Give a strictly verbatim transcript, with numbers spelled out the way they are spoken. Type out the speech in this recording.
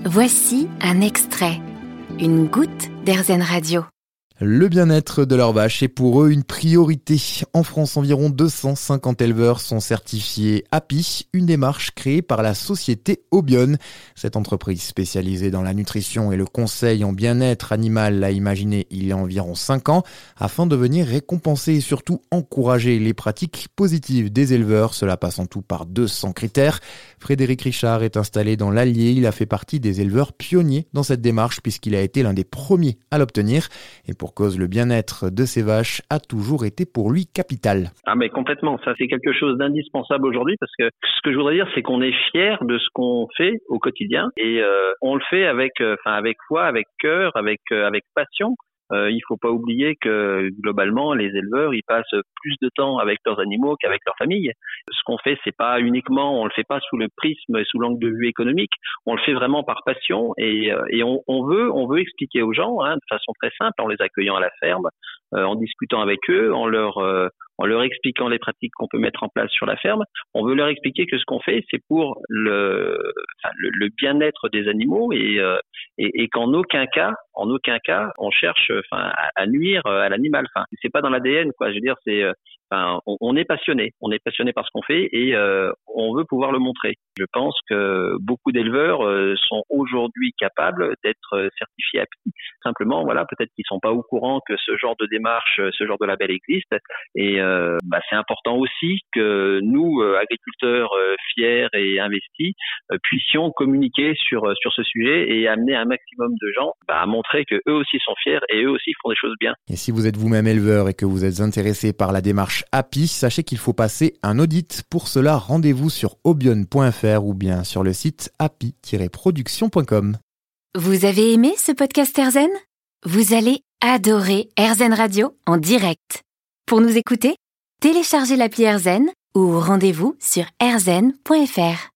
Voici un extrait, une goutte d'Airzen Radio. Le bien-être de leurs vaches est pour eux une priorité. En France, environ deux cent cinquante éleveurs sont certifiés Happy, une démarche créée par la société Obion. Cette entreprise spécialisée dans la nutrition et le conseil en bien-être animal l'a imaginée il y a environ cinq ans afin de venir récompenser et surtout encourager les pratiques positives des éleveurs. Cela passe en tout par deux cents critères. Frédéric Richard est installé dans l'Allier. Il a fait partie des éleveurs pionniers dans cette démarche puisqu'il a été l'un des premiers à l'obtenir. Et pour cause, le bien-être de ces vaches a toujours été pour lui capital. Ah mais complètement, ça c'est quelque chose d'indispensable aujourd'hui parce que ce que je voudrais dire c'est qu'on est fier de ce qu'on fait au quotidien et euh, on le fait avec, euh, enfin avec foi, avec cœur, avec euh, avec passion. Euh, il faut pas oublier que globalement les éleveurs ils passent plus de temps avec leurs animaux qu'avec leur famille. Ce qu'on fait c'est pas uniquement, on le fait pas sous le prisme et sous l'angle de vue économique, on le fait vraiment par passion et, et on, on veut on veut expliquer aux gens hein, de façon très simple en les accueillant à la ferme, euh, en discutant avec eux, en leur euh, en leur expliquant les pratiques qu'on peut mettre en place sur la ferme. On veut leur expliquer que ce qu'on fait c'est pour le enfin, le, le bien-être des animaux et, euh, et et qu'en aucun cas en aucun cas on cherche enfin à, à nuire à l'animal. Enfin c'est pas dans l'A D N quoi. Je veux dire c'est enfin on, on est passionné, on est passionné par ce qu'on fait et euh, on veut pouvoir le montrer. Je pense que beaucoup d'éleveurs euh, sont aujourd'hui capables d'être certifiés Happy. Simplement voilà peut-être qu'ils sont pas au courant que ce genre de démarche, ce genre de label existe et euh, bah, c'est important aussi que nous euh, agriculteurs euh, fiers et investis euh, puissions communiquer sur sur ce sujet et amener un maximum de gens bah, à montrer que eux aussi sont fiers et eux aussi font des choses bien. Et si vous êtes vous-même éleveur et que vous êtes intéressé par la démarche Happy, sachez qu'il faut passer un audit. Pour cela, rendez-vous sur obion point f r ou bien sur le site happy tiret production point com. Vous avez aimé ce podcast Airzen ? Vous allez adorer Airzen Radio en direct. Pour nous écouter, téléchargez l'appli Airzen ou rendez-vous sur airzen point f r.